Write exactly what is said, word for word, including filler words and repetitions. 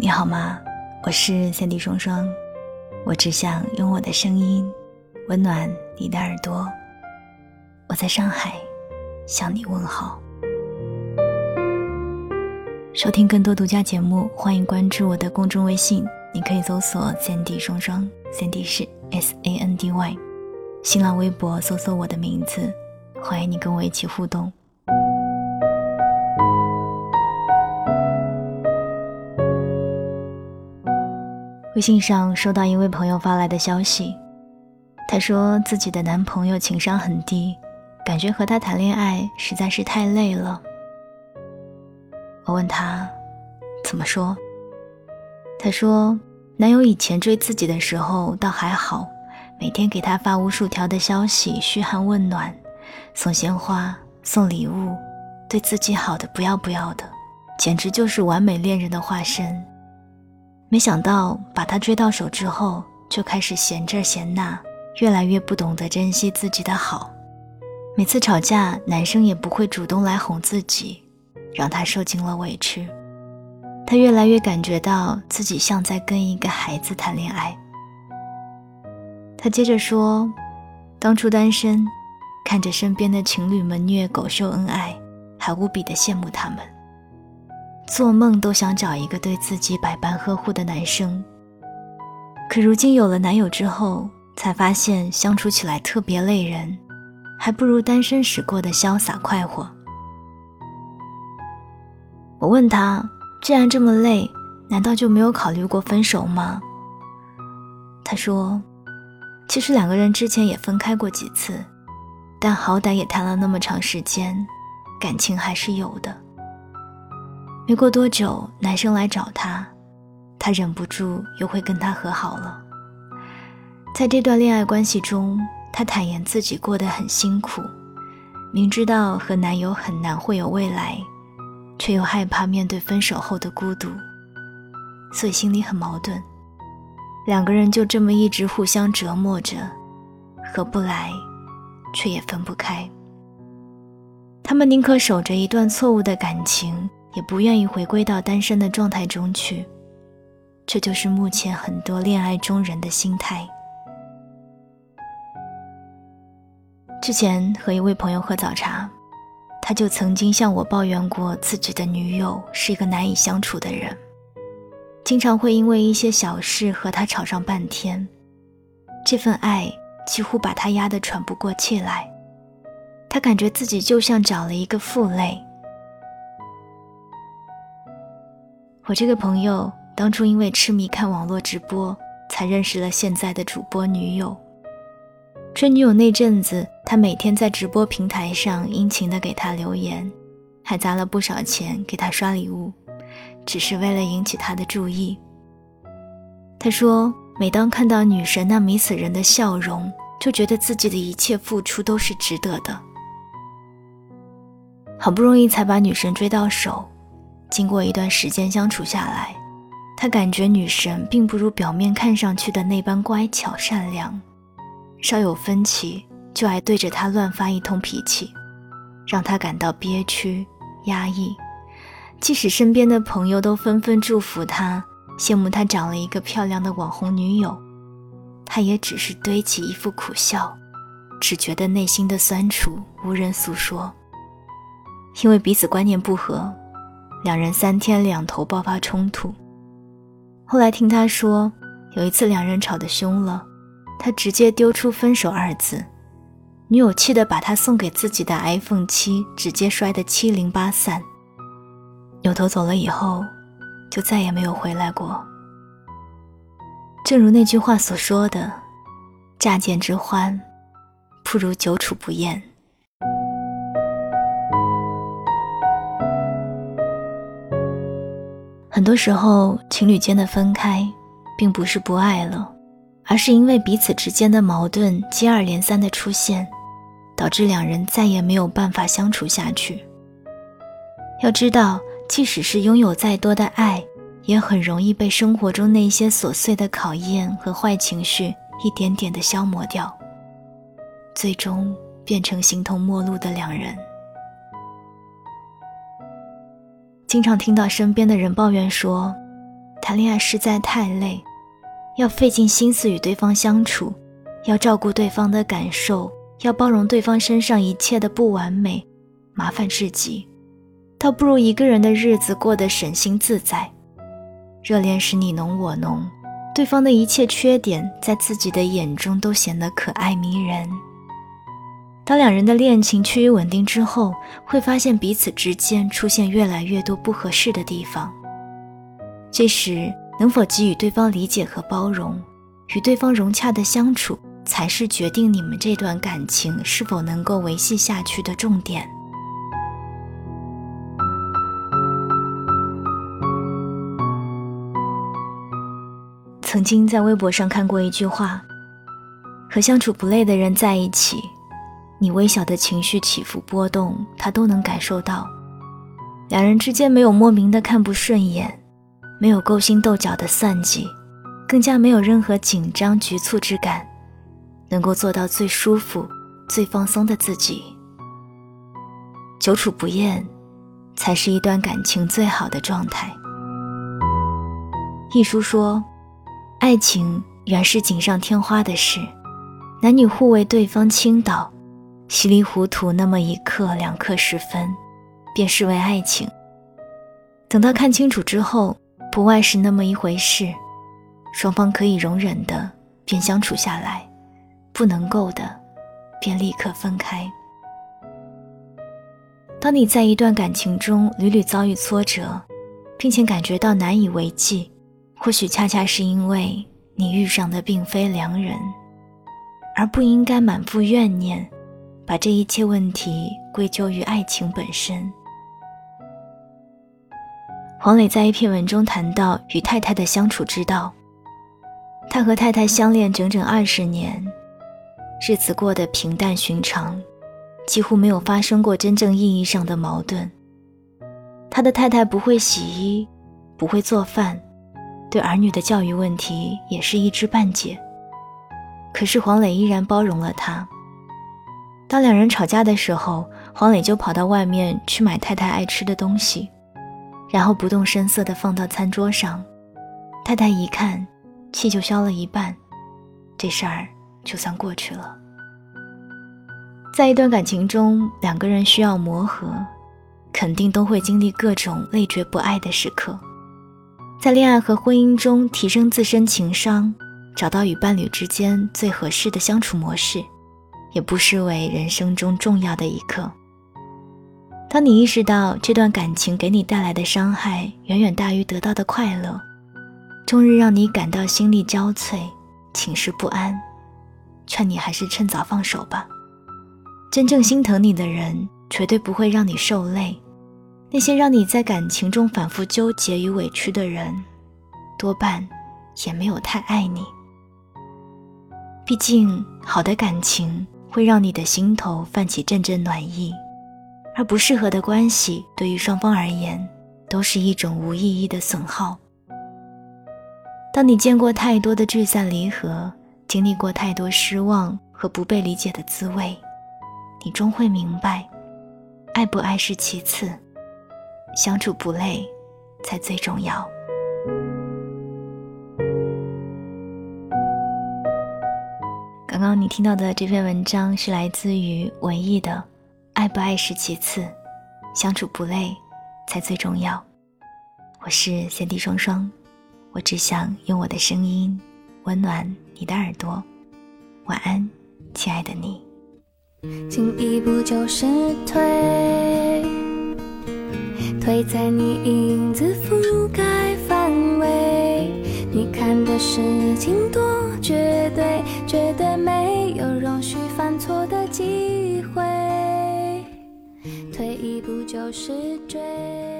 你好吗？我是三 D 双双，我只想用我的声音温暖你的耳朵。我在上海向你问好。收听更多独家节目，欢迎关注我的公众微信，你可以搜索三 D 双双，三 D 是 S A N D Y。 新浪微博搜索我的名字，欢迎你跟我一起互动。微信上收到一位朋友发来的消息，他说自己的男朋友情商很低，感觉和他谈恋爱实在是太累了。我问他怎么说，他说男友以前追自己的时候倒还好，每天给他发无数条的消息，嘘寒问暖，送鲜花送礼物，对自己好的不要不要的，简直就是完美恋人的化身。没想到把他追到手之后，就开始嫌这嫌那，越来越不懂得珍惜自己的好。每次吵架，男生也不会主动来哄自己，让他受尽了委屈。他越来越感觉到自己像在跟一个孩子谈恋爱。他接着说，当初单身，看着身边的情侣们虐狗秀恩爱，还无比的羡慕他们，做梦都想找一个对自己百般呵护的男生。可如今有了男友之后，才发现相处起来特别累人，还不如单身时过得潇洒快活。我问他，既然这么累，难道就没有考虑过分手吗？他说，其实两个人之前也分开过几次，但好歹也谈了那么长时间，感情还是有的。没过多久，男生来找他，他忍不住又会跟他和好了。在这段恋爱关系中，他坦言自己过得很辛苦，明知道和男友很难会有未来，却又害怕面对分手后的孤独，所以心里很矛盾。两个人就这么一直互相折磨着，合不来，却也分不开。他们宁可守着一段错误的感情，也不愿意回归到单身的状态中去。这就是目前很多恋爱中人的心态。之前和一位朋友喝早茶，他就曾经向我抱怨过自己的女友是一个难以相处的人，经常会因为一些小事和他吵上半天，这份爱几乎把他压得喘不过气来，他感觉自己就像找了一个负累。我这个朋友当初因为痴迷看网络直播，才认识了现在的主播女友。追女友那阵子，他每天在直播平台上殷勤地给她留言，还砸了不少钱给她刷礼物，只是为了引起她的注意。他说，每当看到女神那迷死人的笑容，就觉得自己的一切付出都是值得的。好不容易才把女神追到手，经过一段时间相处下来，他感觉女神并不如表面看上去的那般乖巧善良，稍有分歧就爱对着他乱发一通脾气，让他感到憋屈压抑。即使身边的朋友都纷纷祝福他，羡慕他找了一个漂亮的网红女友，他也只是堆起一副苦笑，只觉得内心的酸楚无人诉说。因为彼此观念不合，两人三天两头爆发冲突。后来听他说，有一次两人吵得凶了，他直接丢出分手二字，女友气得把他送给自己的 iPhone 七直接摔得七零八散，扭头走了以后就再也没有回来过。正如那句话所说的，乍见之欢不如久处不厌。很多时候情侣间的分开并不是不爱了，而是因为彼此之间的矛盾接二连三的出现，导致两人再也没有办法相处下去。要知道，即使是拥有再多的爱，也很容易被生活中那些琐碎的考验和坏情绪一点点地消磨掉，最终变成形同陌路的两人。经常听到身边的人抱怨说， 谈恋爱实在太累，要费尽心思与对方相处，要照顾对方的感受，要包容对方身上一切的不完美，麻烦至极，倒不如一个人的日子过得省心自在。热恋时你侬我侬，对方的一切缺点在自己的眼中都显得可爱迷人。当两人的恋情趋于稳定之后，会发现彼此之间出现越来越多不合适的地方。这时能否给予对方理解和包容，与对方融洽的相处，才是决定你们这段感情是否能够维系下去的重点。曾经在微博上看过一句话，和相处不累的人在一起，你微小的情绪起伏波动，他都能感受到。两人之间没有莫名的看不顺眼，没有勾心斗角的算计，更加没有任何紧张局促之感，能够做到最舒服最放松的自己。久处不厌才是一段感情最好的状态。一书说，爱情原是锦上添花的事，男女互为对方倾倒，稀里糊涂那么一刻两刻十分，便视为爱情。等到看清楚之后，不外是那么一回事，双方可以容忍的便相处下来，不能够的便立刻分开。当你在一段感情中屡屡遭遇挫折，并且感觉到难以为继，或许恰恰是因为你遇上的并非良人，而不应该满腹怨念，把这一切问题归咎于爱情本身。黄磊在一篇文中谈到与太太的相处之道，他和太太相恋整整二十年，日子过得平淡寻常，几乎没有发生过真正意义上的矛盾。他的太太不会洗衣，不会做饭，对儿女的教育问题也是一知半解，可是黄磊依然包容了他。当两人吵架的时候，黄磊就跑到外面去买太太爱吃的东西，然后不动声色地放到餐桌上。太太一看，气就消了一半，这事儿就算过去了。在一段感情中，两个人需要磨合，肯定都会经历各种累觉不爱的时刻。在恋爱和婚姻中提升自身情商，找到与伴侣之间最合适的相处模式，也不失为人生中重要的一课。当你意识到这段感情给你带来的伤害远远大于得到的快乐，终日让你感到心力交瘁，寝食不安，劝你还是趁早放手吧。真正心疼你的人绝对不会让你受累，那些让你在感情中反复纠结与委屈的人，多半也没有太爱你。毕竟好的感情会让你的心头泛起阵阵暖意，而不适合的关系对于双方而言都是一种无意义的损耗。当你见过太多的聚散离合，经历过太多失望和不被理解的滋味，你终会明白，爱不爱是其次，相处不累才最重要。刚刚你听到的这篇文章是来自于文艺的爱不爱是其次，相处不累才最重要。我是贤弟双双，我只想用我的声音温暖你的耳朵。晚安，亲爱的你。 进一步就是退，退在你影子覆盖范围，你看的事情多绝对，绝对没有容许犯错的机会，退一步就是追。